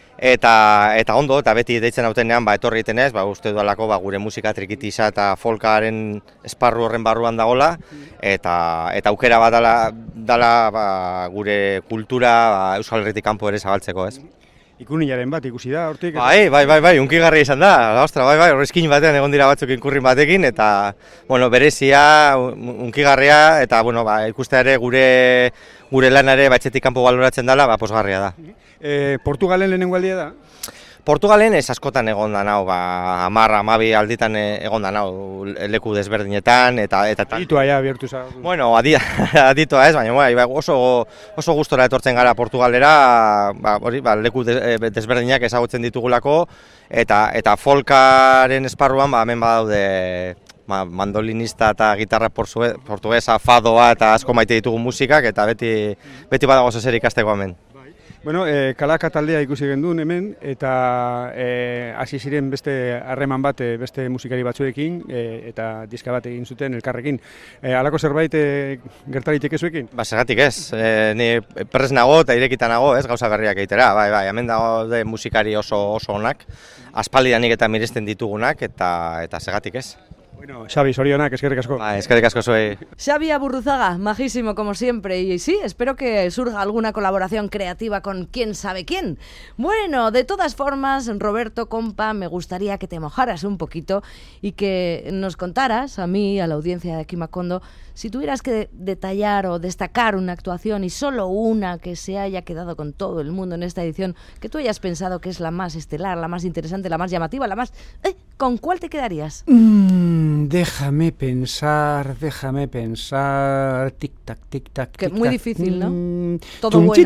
eta eta ondo, eta beti deitzen hautenean ba, etorri egiten ez, ba, uste dudalako ba, gure musika trikitisa eta folkaren esparru horren barruan dagola, eta eta aukera bat dala, dala ba, gure kultura ba, Euskal Herritik kanpo ere zabaltzeko ez. Ikunilaren bat ikusi da, hortik? Bai, bai, bai, bai, unkigarria izan da, ostra, bai, bai, horrezkin batean egon dira batzuk inkurrin batekin, eta, bueno, berezia, unkigarria, eta, bueno, ba, ikustea ere gure, gure lanare batxetik kanpo baloratzen dela, ba, posgarria da. E, Portugalen lehenengo aldia da? Portugalen ez askotan egon da nau, ba, hamar, hamabi alditan egon da nau, leku desberdinetan, eta... eta aditua ja, bihurtu za. Bueno, adi, aditua ez, baina bai, oso, oso gustora etortzen gara Portugalera, ba, hori, ba, leku desberdinak ezagutzen ditugulako, eta, eta folkaren esparruan, ba, hemen badaude ba, mandolinista eta gitarra portuguesa, fadoa eta asko maite ditugu musikak, eta beti, beti badago zer ikasteko hemen. Bueno, e, Kalaka taldea ikusi genduen hemen, eta hasi e, ziren beste harreman bat beste musikari batzuekin, e, eta diska bat egin zuten elkarrekin. E, Halako zerbait e, gertaliteke zuekin? Ba, zergatik ez. E, ni prez nago eta irekita nago, ez, gauza berriak egitera. Bai, bai, hemen dago de musikari oso oso onak, aspaldidanik eta miresten ditugunak, eta eta zergatik ez. Bueno, Xavi, sorionak, eskerrik asko. Ba, eskerrik asko zuei. Xavi Aburruzaga, majísimo como siempre, y sí, espero que surja alguna colaboración creativa con quién sabe quién. Bueno, de todas formas, Roberto, compa, me gustaría que te mojaras un poquito y que nos contaras, a mí, a la audiencia de aquí Macondo, si tuvieras que detallar o destacar una actuación y solo una que se haya quedado con todo el mundo en esta edición, que tú hayas pensado que es la más estelar, la más interesante, la más llamativa, la más... ¿Eh? ¿Con cuál te quedarías? Mm, déjame pensar, déjame pensar... Tic-tac, tic-tac, que tic-tac. muy difícil, ¿no? Mm, todo bueno.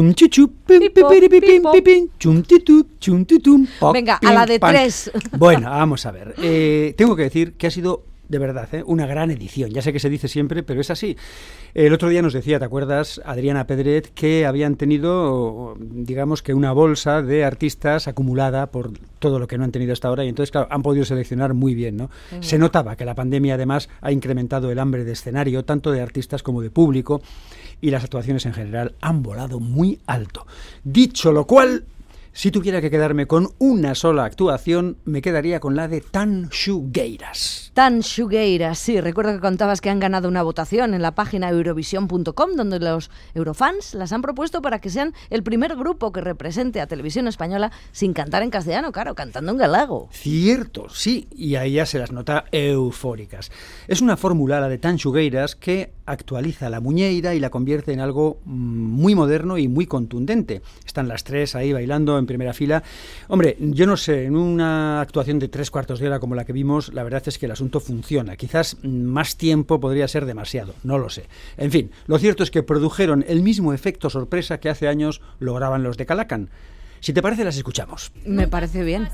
Venga, a la de tres. Bueno, vamos a ver. Eh, tengo que decir que ha sido... De verdad, ¿eh? Una gran edición. Ya sé que se dice siempre, pero es así. El otro día nos decía, ¿te acuerdas, Adriana Pedret, que habían tenido, digamos que una bolsa de artistas acumulada por todo lo que no han tenido hasta ahora? Y entonces, claro, han podido seleccionar muy bien, ¿no? Uh-huh. Se notaba que la pandemia, además, ha incrementado el hambre de escenario, tanto de artistas como de público, y las actuaciones en general han volado muy alto. Dicho lo cual... Si tuviera que quedarme con una sola actuación, me quedaría con la de Tanxugueiras. Tanxugueiras, sí. Recuerdo que contabas que han ganado una votación en la página eurovisión punto com, donde los eurofans las han propuesto para que sean el primer grupo que represente a Televisión Española sin cantar en castellano, claro, cantando en galago. Cierto, sí, y ahí ya se las nota eufóricas. Es una fórmula, la de Tanxugueiras, que actualiza la muñeira y la convierte en algo muy moderno y muy contundente. Están las tres ahí bailando en primera fila. Hombre, yo no sé, en una actuación de tres cuartos de hora como la que vimos, la verdad es que el asunto funciona. Quizás más tiempo podría ser demasiado, no lo sé. En fin, lo cierto es que produjeron el mismo efecto sorpresa que hace años lograban los de Calacan. Si te parece, las escuchamos. Me parece bien.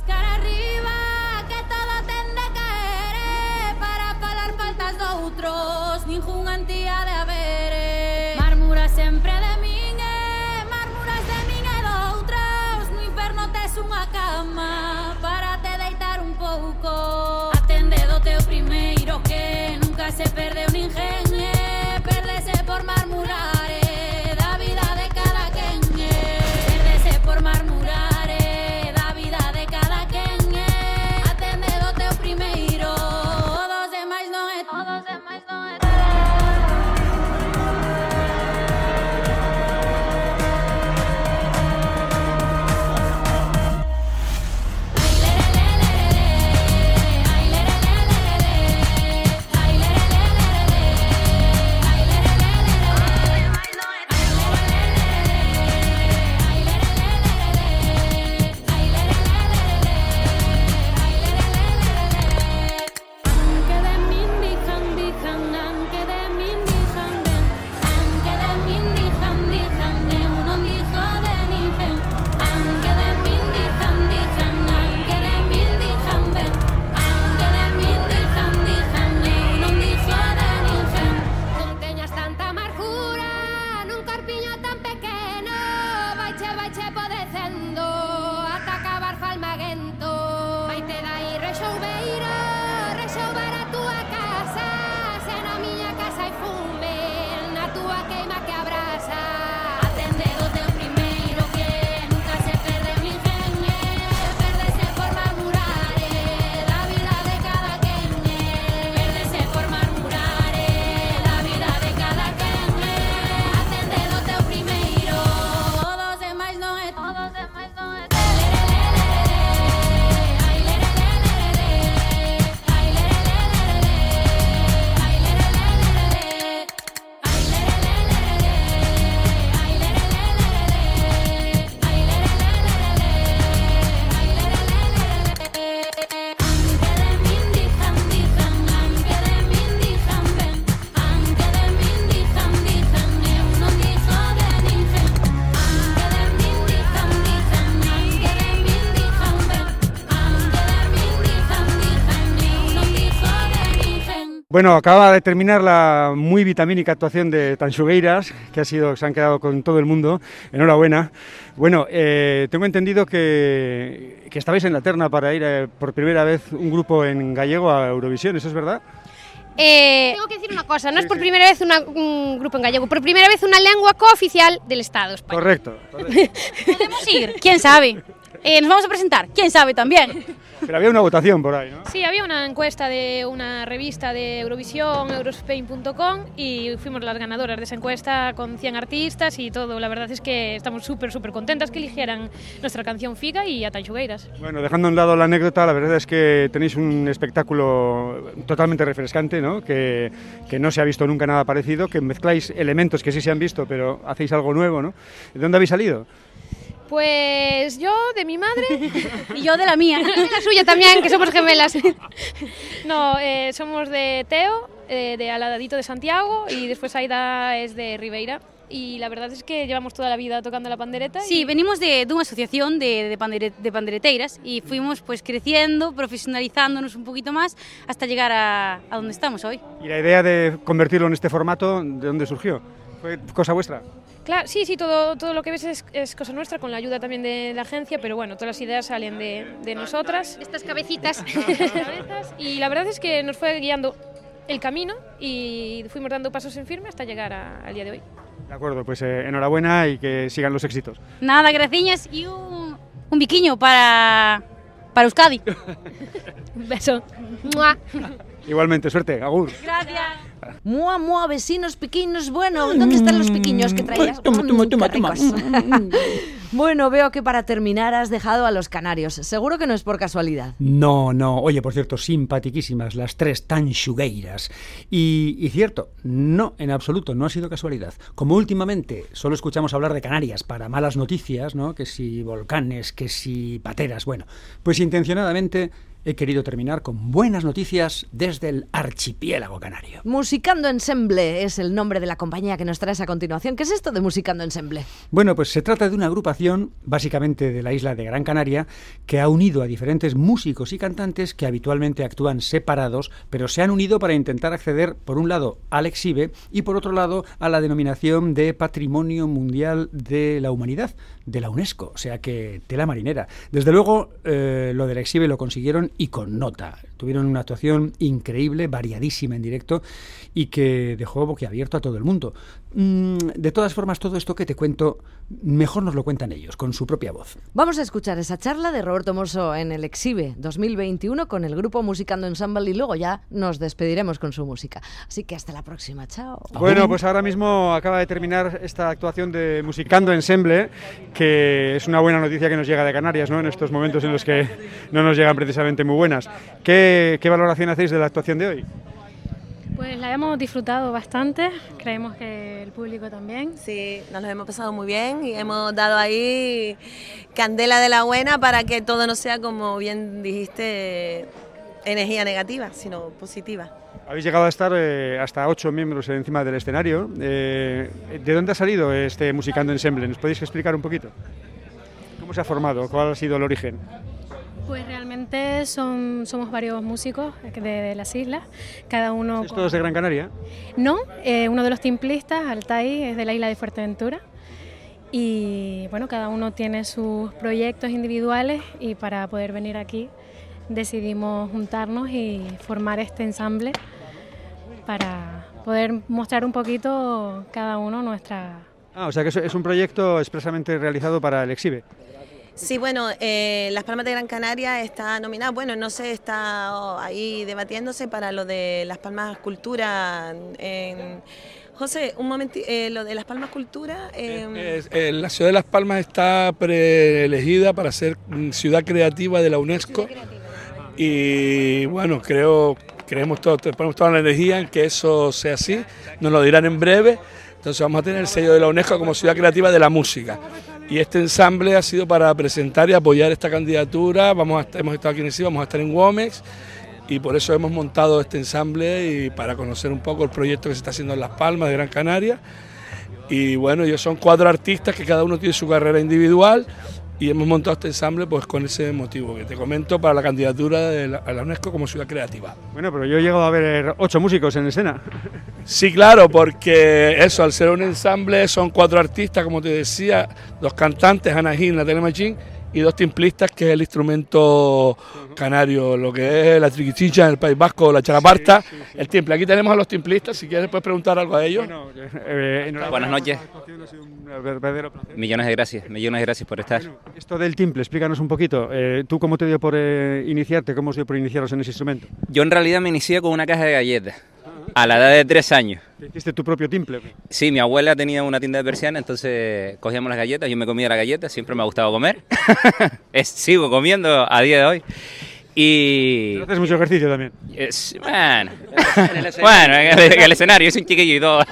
Ningún antía de haber Marmura sempre de min e Marmuras de min e doutros No inferno tes unha cama Para te deitar un pouco Atende do teu primeiro que Nunca se perde un ingenio Perdese por marmurar Da vida de cada quen Perdese por marmurar Da vida de cada quen Atende do teu primeiro Todos demais non é Todos demais non é Bueno, acaba de terminar la muy vitamínica actuación de Tanxugueiras, que ha sido, se han quedado con todo el mundo. Enhorabuena. Bueno, eh, tengo entendido que, que estabais en la terna para ir eh, por primera vez un grupo en gallego a Eurovisión, ¿eso es verdad? Eh, Tengo que decir una cosa, no sí, es por sí. primera vez una, un grupo en gallego, por primera vez una lengua cooficial del Estado español. Correcto. correcto. ¿Podemos ir? ¿Quién sabe? Eh, ¿Nos vamos a presentar? ¿Quién sabe también? Pero había una votación por ahí, ¿no? Sí, había una encuesta de una revista de Eurovisión, Eurospain punto com, y fuimos las ganadoras de esa encuesta con cien artistas y todo. La verdad es que estamos súper, súper contentas que eligieran nuestra canción Figa y a Tanxugueiras. Bueno, dejando a un lado la anécdota, la verdad es que tenéis un espectáculo totalmente refrescante, ¿no? Que, que no se ha visto nunca nada parecido, que mezcláis elementos que sí se han visto, pero hacéis algo nuevo, ¿no? ¿De dónde habéis salido? Pues yo de mi madre y yo de la mía, y de la suya también, que somos gemelas. No, eh, somos de Teo, eh, de Aladadito de Santiago, y después Aida es de Ribeira. Y la verdad es que llevamos toda la vida tocando la pandereta. Sí, y... venimos de, de una asociación de, de, pandere, de pandereteiras y fuimos pues creciendo, profesionalizándonos un poquito más hasta llegar a, a donde estamos hoy. ¿Y la idea de convertirlo en este formato, de dónde surgió? ¿Fue cosa vuestra? Claro, sí, sí, todo, todo lo que ves es, es cosa nuestra, con la ayuda también de la agencia, pero bueno, todas las ideas salen de, de nosotras. Estas cabecitas. Y la verdad es que nos fue guiando el camino y fuimos dando pasos en firme hasta llegar a, al día de hoy. De acuerdo, pues eh, enhorabuena y que sigan los éxitos. Nada, gracias y un, un biquiño para, para Euskadi. Un beso. ¡Mua! Igualmente, suerte, agur. Gracias. Mua, mua, vecinos pequeños. Bueno, ¿dónde están los pequeños que traías? Toma, toma, toma, toma. Bueno, veo que para terminar has dejado a los canarios. Seguro que no es por casualidad. No, no. Oye, por cierto, simpatiquísimas las tres tan xugueiras. Y, y cierto, no, en absoluto, no ha sido casualidad. Como últimamente solo escuchamos hablar de Canarias para malas noticias, ¿no? Que si volcanes, que si pateras, bueno, pues intencionadamente he querido terminar con buenas noticias desde el archipiélago canario. Musicando Ensemble es el nombre de la compañía que nos traes a continuación. ¿Qué es esto de Musicando Ensemble? Bueno, pues se trata de una agrupación, básicamente de la isla de Gran Canaria, que ha unido a diferentes músicos y cantantes que habitualmente actúan separados, pero se han unido para intentar acceder, por un lado, al Exhibe y, por otro lado, a la denominación de Patrimonio Mundial de la Humanidad, de la UNESCO, o sea que tela marinera. Desde luego, eh, lo del Exhibe lo consiguieron y con nota. Tuvieron una actuación increíble, variadísima en directo y que dejó boquiabierto a todo el mundo. Mm, de todas formas, todo esto que te cuento, mejor nos lo cuentan ellos, con su propia voz. Vamos a escuchar esa charla de Roberto Mosso en el Exhibe dos mil veintiuno con el grupo Musicando Ensemble y luego ya nos despediremos con su música. Así que hasta la próxima, chao. Bueno, pues ahora mismo acaba de terminar esta actuación de Musicando Ensemble, que es una buena noticia que nos llega de Canarias, ¿no? En estos momentos en los que no nos llegan precisamente muy buenas. ¿Qué, qué valoración hacéis de la actuación de hoy? Pues la hemos disfrutado bastante, creemos que el público también. Sí, nos lo hemos pasado muy bien y hemos dado ahí candela de la buena para que todo no sea, como bien dijiste, energía negativa, sino positiva. Habéis llegado a estar eh, hasta ocho miembros encima del escenario. Eh, ¿De dónde ha salido este Musicando Ensemble? ¿Nos podéis explicar un poquito? ¿Cómo se ha formado? ¿Cuál ha sido el origen? Pues realmente son, somos varios músicos de, de las islas, cada uno... ¿Es todos de Gran Canaria? No, eh, uno de los timplistas, Altai, es de la isla de Fuerteventura y bueno, cada uno tiene sus proyectos individuales y para poder venir aquí decidimos juntarnos y formar este ensamble para poder mostrar un poquito cada uno nuestra... Ah, o sea que es un proyecto expresamente realizado para el Exhibe. Sí, bueno, eh, Las Palmas de Gran Canaria está nominada, bueno, no sé, está oh, ahí debatiéndose para lo de Las Palmas Cultura. En... José, un momento, eh, lo de Las Palmas Cultura... Eh... Eh, eh, la ciudad de Las Palmas está preelegida para ser ciudad creativa de la UNESCO y bueno, creo, creemos todos, ponemos toda la energía en que eso sea así, nos lo dirán en breve, entonces vamos a tener el sello de la UNESCO como ciudad creativa de la música. Y este ensamble ha sido para presentar y apoyar esta candidatura. Vamos a, hemos estado aquí en el C I B, vamos a estar en Womex y por eso hemos montado este ensamble y para conocer un poco el proyecto que se está haciendo en Las Palmas de Gran Canaria. Y bueno, ellos son cuatro artistas que cada uno tiene su carrera individual y hemos montado este ensamble pues con ese motivo que te comento para la candidatura de la, a la UNESCO como ciudad creativa. Bueno, pero yo he llegado a ver ocho músicos en escena. Sí, claro, porque eso, al ser un ensamble son cuatro artistas, como te decía, dos cantantes, Ana Gil, Natalia Machín, y dos timplistas, que es el instrumento canario, lo que es la triquichicha en el País Vasco, la charaparta, sí, sí, sí. El timple. Aquí tenemos a los timplistas, si quieres puedes preguntar algo a ellos. Bueno, eh, Buenas noches. Millones de gracias, millones de gracias por estar. Bueno, esto del timple, explícanos un poquito. Eh, ¿Tú cómo te dio por eh, iniciarte? ¿Cómo os dio por iniciaros en ese instrumento? Yo en realidad me inicié con una caja de galletas. A la edad de tres años. ¿Hiciste tu propio timple? Sí, mi abuela tenía una tienda de persiana, entonces cogíamos las galletas, yo me comía las galletas, siempre me ha gustado comer. es, sigo comiendo a día de hoy. Y... ¿Pero haces mucho ejercicio también? Es, bueno, bueno, en el, en el escenario, soy un chiquillo y todo.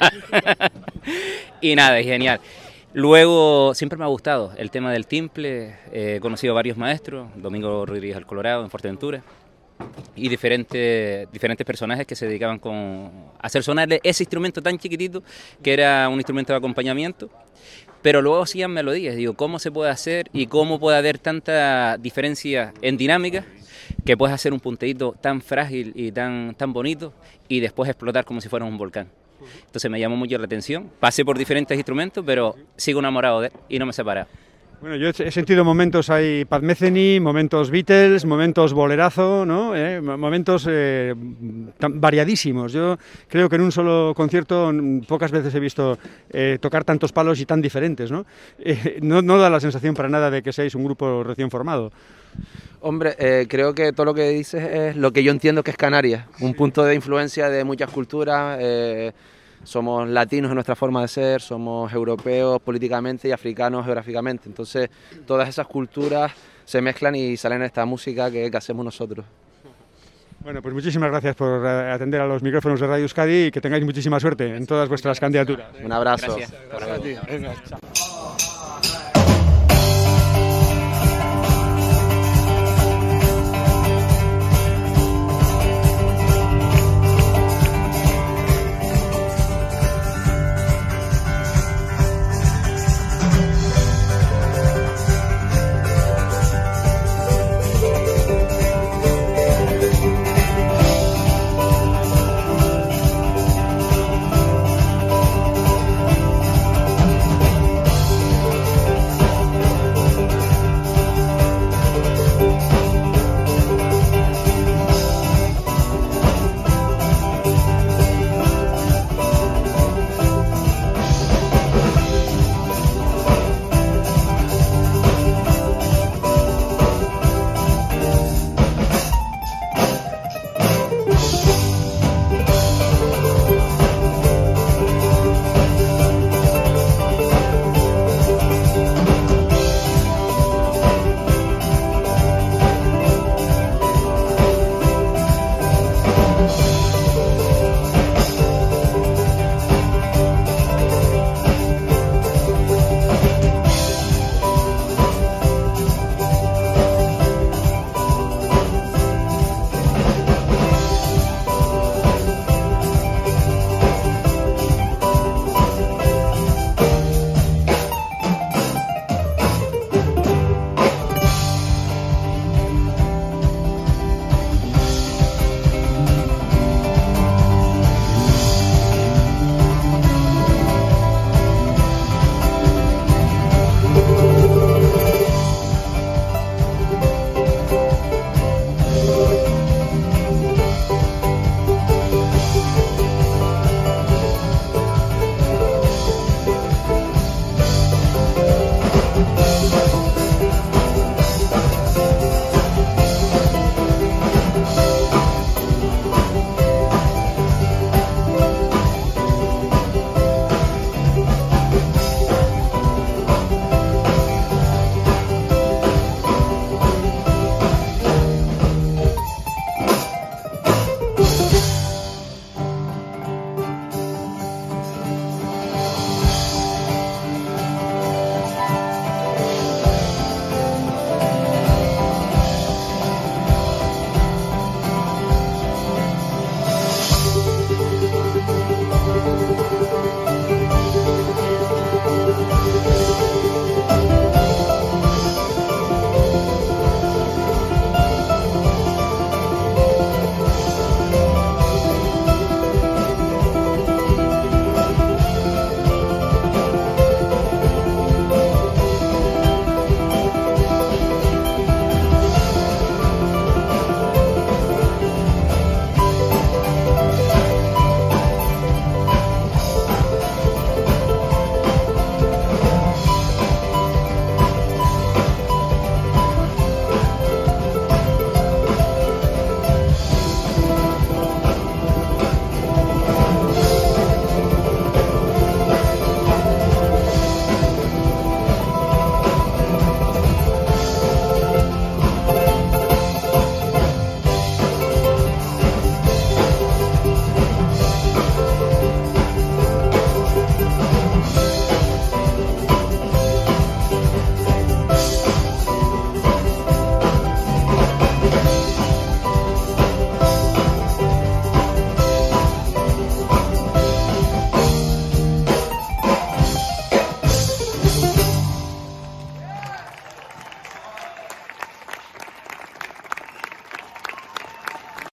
y nada, es genial. Luego, siempre me ha gustado el tema del timple, eh, he conocido a varios maestros, Domingo Rodríguez del Colorado, en Fuerteventura, y diferentes, diferentes personajes que se dedicaban con, a hacer sonar ese instrumento tan chiquitito que era un instrumento de acompañamiento, pero luego hacían melodías. Digo, ¿cómo se puede hacer y cómo puede haber tanta diferencia en dinámica que puedes hacer un punteíto tan frágil y tan, tan bonito y después explotar como si fuera un volcán? Entonces me llamó mucho la atención, pasé por diferentes instrumentos, pero sigo enamorado de él y no me he separado. Bueno, yo he sentido momentos ahí Pat Metheny, momentos Beatles, momentos bolerazo, ¿no? Eh, momentos eh, tan variadísimos. Yo creo que en un solo concierto pocas veces he visto eh, tocar tantos palos y tan diferentes, ¿no? Eh, no, no da la sensación para nada de que seáis un grupo recién formado. Hombre, eh, creo que todo lo que dices es lo que yo entiendo que es Canarias, un punto de influencia de muchas culturas. Eh, somos latinos en nuestra forma de ser, somos europeos políticamente y africanos geográficamente. Entonces, todas esas culturas se mezclan y salen en esta música que, que hacemos nosotros. Bueno, pues muchísimas gracias por atender a los micrófonos de Radio Euskadi y que tengáis muchísima suerte en todas vuestras candidaturas. Un abrazo. Gracias. Gracias.